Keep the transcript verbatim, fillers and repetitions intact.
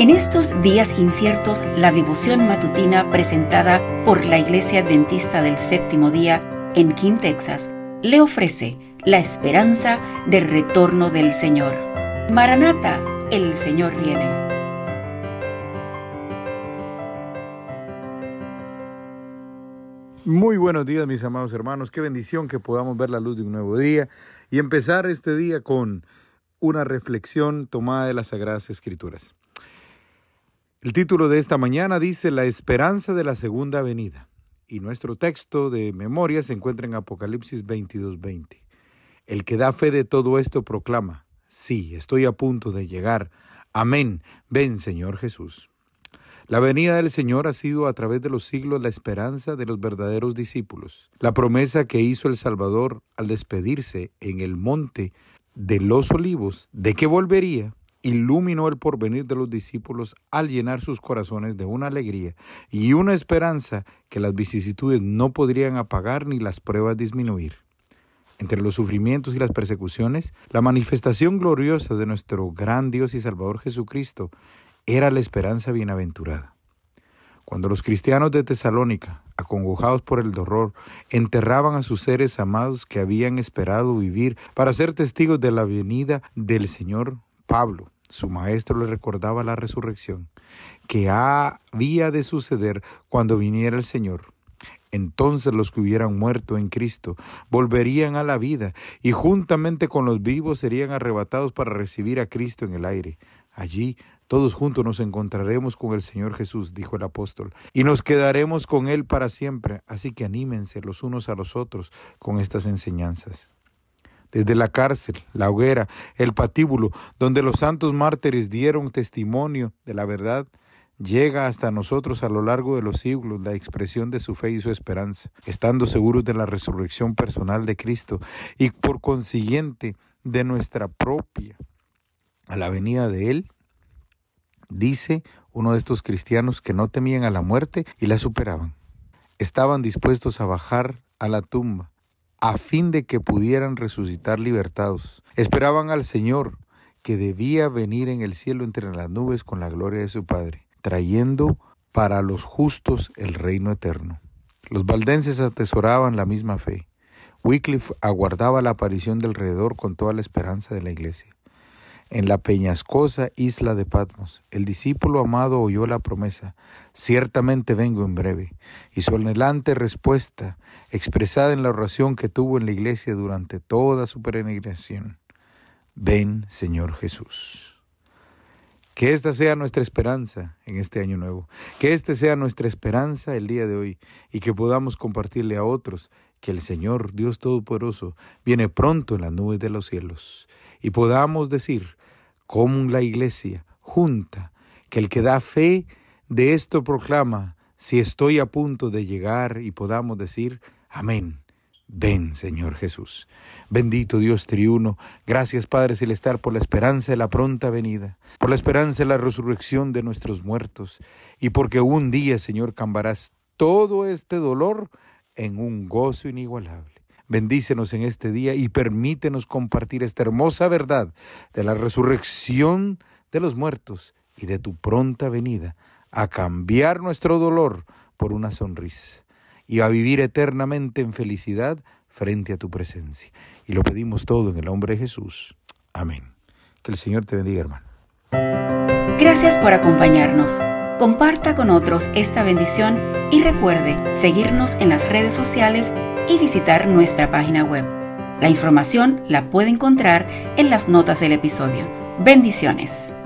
En estos días inciertos, la devoción matutina presentada por la Iglesia Adventista del Séptimo Día en King, Texas, le ofrece la esperanza del retorno del Señor. Maranata, el Señor viene. Muy buenos días, mis amados hermanos. Qué bendición que podamos ver la luz de un nuevo día y empezar este día con una reflexión tomada de las Sagradas Escrituras. El título de esta mañana dice La esperanza de la segunda venida, y nuestro texto de memoria se encuentra en Apocalipsis veintidós veinte. El que da fe de todo esto proclama: sí, estoy a punto de llegar. Amén. Ven, Señor Jesús. La venida del Señor ha sido a través de los siglos la esperanza de los verdaderos discípulos. La promesa que hizo el Salvador al despedirse en el monte de los Olivos de que volvería, iluminó el porvenir de los discípulos al llenar sus corazones de una alegría y una esperanza que las vicisitudes no podrían apagar ni las pruebas disminuir. Entre los sufrimientos y las persecuciones, la manifestación gloriosa de nuestro gran Dios y Salvador Jesucristo era la esperanza bienaventurada. Cuando los cristianos de Tesalónica, acongojados por el dolor, enterraban a sus seres amados que habían esperado vivir para ser testigos de la venida del Señor, Pablo, su maestro, le recordaba la resurrección que había de suceder cuando viniera el Señor. Entonces los que hubieran muerto en Cristo volverían a la vida y juntamente con los vivos serían arrebatados para recibir a Cristo en el aire. Allí todos juntos nos encontraremos con el Señor Jesús, dijo el apóstol, y nos quedaremos con Él para siempre. Así que anímense los unos a los otros con estas enseñanzas. Desde la cárcel, la hoguera, el patíbulo, donde los santos mártires dieron testimonio de la verdad, llega hasta nosotros a lo largo de los siglos la expresión de su fe y su esperanza, estando seguros de la resurrección personal de Cristo y por consiguiente de nuestra propia a la venida de Él. Dice uno de estos cristianos que no temían a la muerte y la superaban. Estaban dispuestos a bajar a la tumba a fin de que pudieran resucitar libertados. Esperaban al Señor, que debía venir en el cielo entre las nubes con la gloria de su Padre, trayendo para los justos el reino eterno. Los valdenses atesoraban la misma fe. Wycliffe aguardaba la aparición del Redentor con toda la esperanza de la iglesia. En la peñascosa isla de Patmos, el discípulo amado oyó la promesa: ciertamente vengo en breve, y su anhelante respuesta, expresada en la oración que tuvo en la iglesia durante toda su peregrinación: ven, Señor Jesús. Que esta sea nuestra esperanza en este año nuevo, que esta sea nuestra esperanza el día de hoy, y que podamos compartirle a otros que el Señor, Dios Todopoderoso, viene pronto en las nubes de los cielos, y podamos decir, como la iglesia junta, que el que da fe de esto proclama: si estoy a punto de llegar, y podamos decir, amén. Ven, Señor Jesús. Bendito Dios triuno, gracias Padre Celestial por la esperanza de la pronta venida, por la esperanza de la resurrección de nuestros muertos, y porque un día, Señor, cambiarás todo este dolor en un gozo inigualable. Bendícenos en este día y permítenos compartir esta hermosa verdad de la resurrección de los muertos y de tu pronta venida, a cambiar nuestro dolor por una sonrisa y a vivir eternamente en felicidad frente a tu presencia. Y lo pedimos todo en el nombre de Jesús. Amén. Que el Señor te bendiga, hermano. Gracias por acompañarnos. Comparta con otros esta bendición y recuerde seguirnos en las redes sociales y visitar nuestra página web. La información la puede encontrar en las notas del episodio. Bendiciones.